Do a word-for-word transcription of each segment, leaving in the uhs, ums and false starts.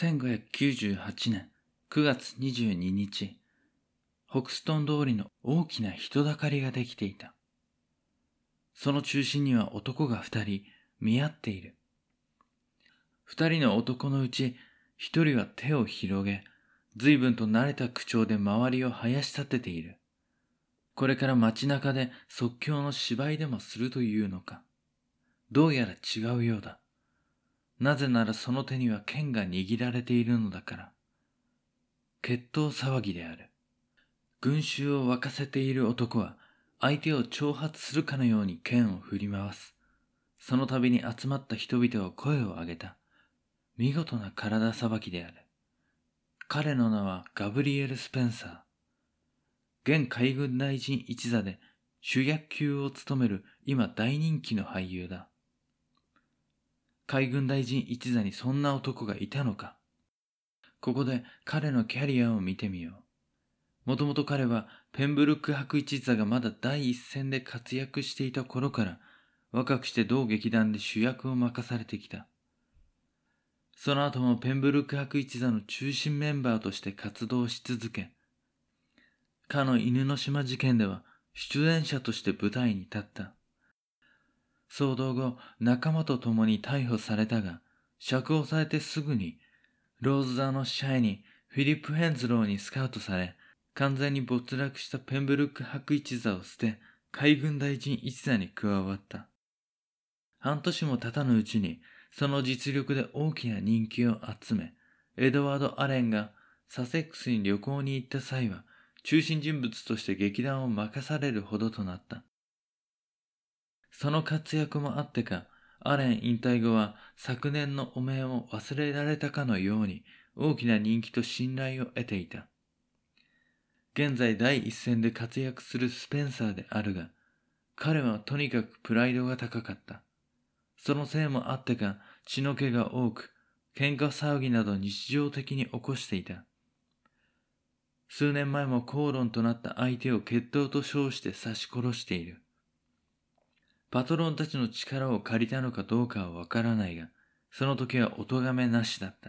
せんごひゃくきゅうじゅうはちねんくがつにじゅうににち、ホクストン通りの大きな人だかりができていた。その中心には男が二人見合っている。二人の男のうち一人は手を広げ、随分と慣れた口調で周りを生やし立てている。これから街中で即興の芝居でもするというのか。どうやら違うようだ。なぜならその手には剣が握られているのだから。決闘騒ぎである。群衆を沸かせている男は相手を挑発するかのように剣を振り回す。その度に集まった人々は声を上げた。見事な体さばきである。彼の名はガブリエル・スペンサー。現海軍大臣一座で主役級を務める今大人気の俳優だ。海軍大臣一座にそんな男がいたのか。ここで彼のキャリアを見てみよう。もともと彼はペンブルック伯一座がまだ第一線で活躍していた頃から若くして同劇団で主役を任されてきた。その後もペンブルック伯一座の中心メンバーとして活動し続け、かの犬の島事件では出演者として舞台に立った。騒動後、仲間と共に逮捕されたが、釈放されてすぐに、ローズ座の支配人フィリップ・ヘンズローにスカウトされ、完全に没落したペンブルック伯一座を捨て、海軍大臣一座に加わった。半年も経たぬうちに、その実力で大きな人気を集め、エドワード・アレンがサセックスに旅行に行った際は、中心人物として劇団を任されるほどとなった。その活躍もあってか、アレン引退後は昨年の汚名を忘れられたかのように大きな人気と信頼を得ていた。現在第一線で活躍するスペンサーであるが、彼はとにかくプライドが高かった。そのせいもあってか血の気が多く、喧嘩騒ぎなど日常的に起こしていた。数年前も口論となった相手を決闘と称して刺し殺している。パトロンたちの力を借りたのかどうかはわからないが、その時はお咎めなしだった。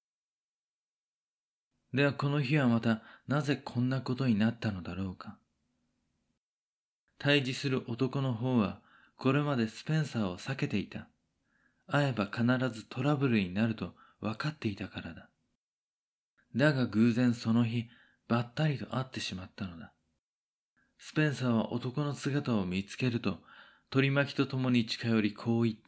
ではこの日はまたなぜこんなことになったのだろうか。対峙する男の方はこれまでスペンサーを避けていた。会えば必ずトラブルになると分かっていたからだ。だが偶然その日ばったりと会ってしまったのだ。スペンサーは男の姿を見つけると取り巻きと共に近寄りこう言った。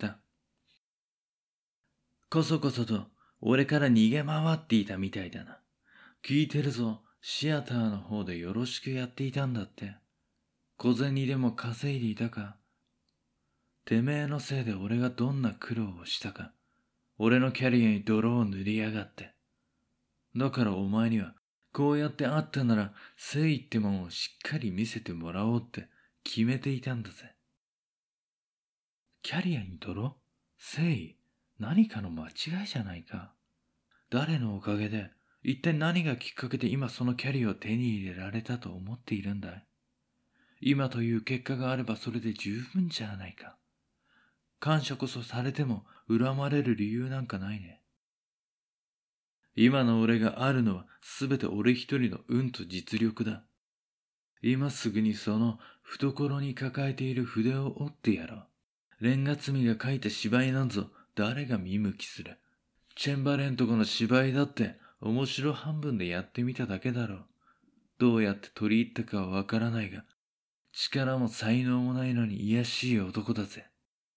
こそこそと俺から逃げ回っていたみたいだな。聞いてるぞ、シアターの方でよろしくやっていたんだって。小銭でも稼いでいたか。てめえのせいで俺がどんな苦労をしたか。俺のキャリアに泥を塗りやがって。だからお前にはこうやって会ったなら誠意ってもんをしっかり見せてもらおうって決めていたんだぜ。キャリアに泥？誠意？何かの間違いじゃないか。誰のおかげで、一体何がきっかけで今そのキャリアを手に入れられたと思っているんだい？今という結果があればそれで十分じゃないか。感謝こそされても恨まれる理由なんかないね。今の俺があるのはすべて俺一人の運と実力だ。今すぐにその懐に抱えている筆を折ってやろう。レンガ積みが書いた芝居なんぞ誰が見向きする。チェンバレンとこの芝居だって面白半分でやってみただけだろう。どうやって取り入ったかはわからないが、力も才能もないのに卑しい男だぜ。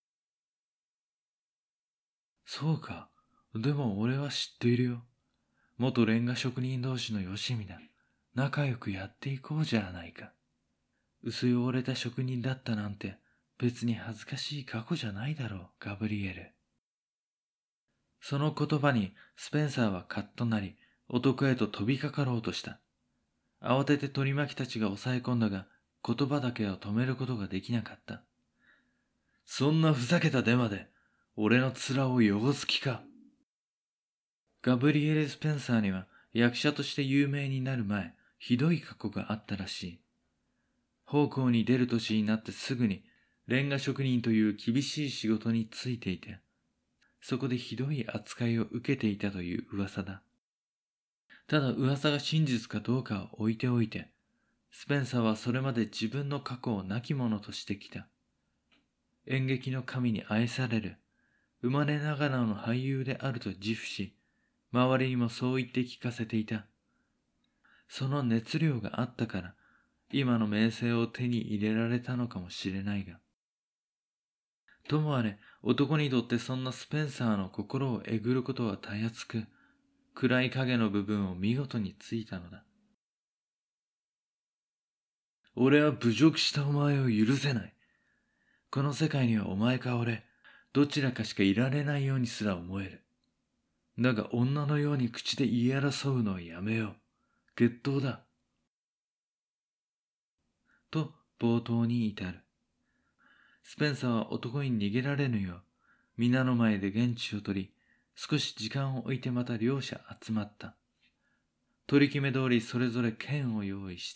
そうか。でも俺は知っているよ。元レンガ職人同士のよしみだ。仲良くやっていこうじゃないか。薄汚れた職人だったなんて別に恥ずかしい過去じゃないだろう、ガブリエル。その言葉にスペンサーはカッとなり、男へと飛びかかろうとした。慌てて取り巻きたちが抑え込んだが、言葉だけは止めることができなかった。そんなふざけたデマで、俺の面を汚す気か。ガブリエル・スペンサーには役者として有名になる前、ひどい過去があったらしい。奉公に出る年になってすぐに、レンガ職人という厳しい仕事に就いていて、 そこでひどい扱いを受けていたという噂だ。ただ噂が真実かどうかは置いておいて、スペンサーはそれまで自分の過去を亡き者としてきた。演劇の神に愛される、生まれながらの俳優であると自負し、周りにもそう言って聞かせていた。その熱量があったから、今の名声を手に入れられたのかもしれないが。ともあれ、男にとってそんなスペンサーの心をえぐることはたやすく、暗い影の部分を見事についたのだ。俺は侮辱したお前を許せない。この世界にはお前か俺、どちらかしかいられないようにすら思える。だが女のように口で言い争うのはやめよう。決闘だ。と冒頭に至る。スペンサーは男に逃げられぬよう、皆の前で言質を取り、少し時間を置いてまた両者集まった。取り決め通りそれぞれ剣を用意して。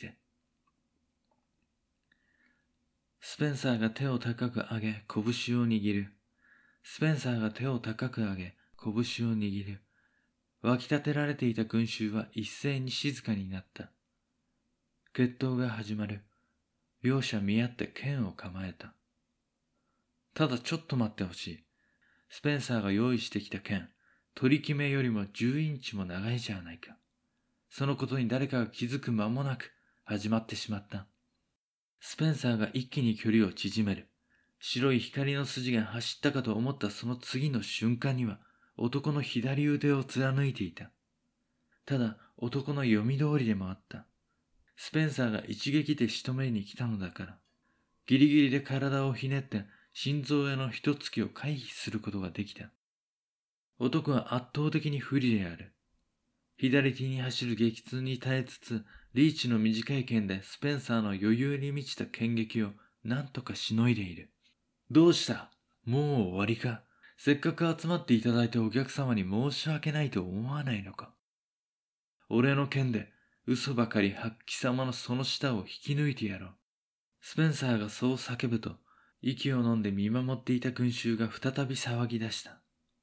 スペンサーが手を高く上げ、拳を握る。スペンサーが手を高く上げ、拳を握る。湧き立てられていた群衆は一斉に静かになった。決闘が始まる。両者見合って剣を構えた。ただちょっと待ってほしい。スペンサーが用意してきた剣、取り決めよりもじゅうインチも長いじゃないか。そのことに誰かが気づく間もなく始まってしまった。スペンサーが一気に距離を縮める。白い光の筋が走ったかと思ったその次の瞬間には男の左腕を貫いていた。ただ男の読み通りでもあった。スペンサーが一撃で仕留めに来たのだから。ギリギリで体をひねって心臓への一突きを回避することができた。男は圧倒的に不利である。左手に走る激痛に耐えつつ、リーチの短い剣でスペンサーの余裕に満ちた剣撃を何とかしのいでいる。どうした？もう終わりか？せっかく集まっていただいたお客様に申し訳ないと思わないのか？俺の剣で嘘ばかり吐く貴様のその舌を引き抜いてやろう。スペンサーがそう叫ぶと、息を飲んで見守っていた群衆が再び騒ぎ出した。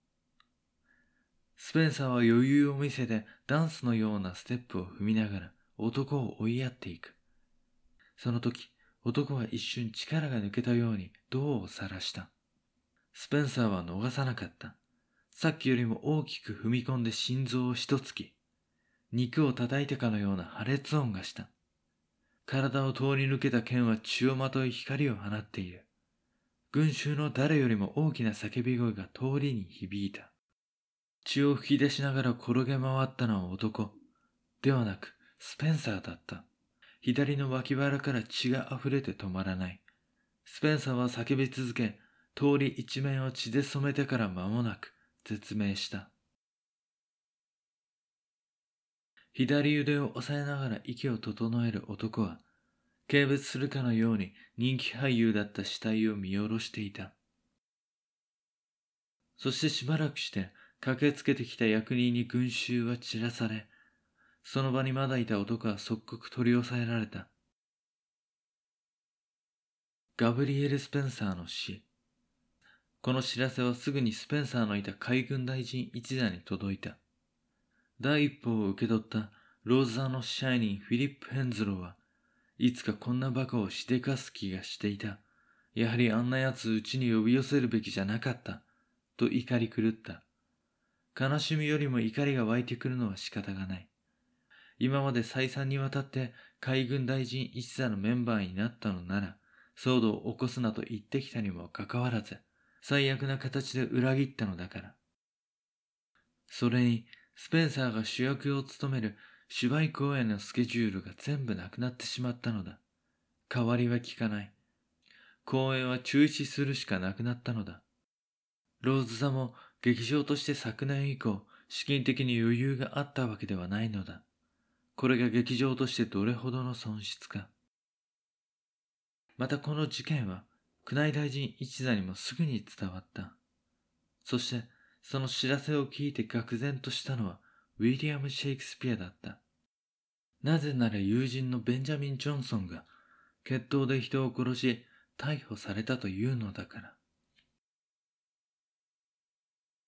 スペンサーは余裕を見せてダンスのようなステップを踏みながら男を追いやっていく。その時、男は一瞬力が抜けたように胴を晒した。スペンサーは逃さなかった。さっきよりも大きく踏み込んで心臓を一突き、肉を叩いたかのような破裂音がした。体を通り抜けた剣は血をまとい光を放っている。群衆の誰よりも大きな叫び声が通りに響いた。血を吹き出しながら転げ回ったのは男ではなくスペンサーだった。左の脇腹から血が溢れて止まらない。スペンサーは叫び続け、通り一面を血で染めてから間もなく絶命した。左腕を押さえながら息を整える男は、軽蔑するかのように人気俳優だった死体を見下ろしていた。そしてしばらくして駆けつけてきた役人に群衆は散らされ、その場にまだいた男は即刻取り押さえられた。ガブリエル・スペンサーの死。この知らせはすぐにスペンサーのいた海軍大臣一座に届いた。第一報を受け取ったローザの支配人フィリップ・ヘンズローはいつかこんな馬鹿をしでかす気がしていた。やはりあんな奴うちに呼び寄せるべきじゃなかった。と怒り狂った。悲しみよりも怒りが湧いてくるのは仕方がない。今まで再三にわたって海軍大臣一座のメンバーになったのなら、騒動を起こすなと言ってきたにもかかわらず、最悪な形で裏切ったのだから。それに、スペンサーが主役を務める芝居公演のスケジュールが全部なくなってしまったのだ。代わりは効かない。公演は中止するしかなくなったのだ。ローズ座も劇場として昨年以降、資金的に余裕があったわけではないのだ。これが劇場としてどれほどの損失か。またこの事件は、宮内大臣一座にもすぐに伝わった。そして、その知らせを聞いて愕然としたのは、ウィリアム・シェイクスピアだった。なぜなら友人のベンジャミン・ジョンソンが、決闘で人を殺し、逮捕されたというのだから。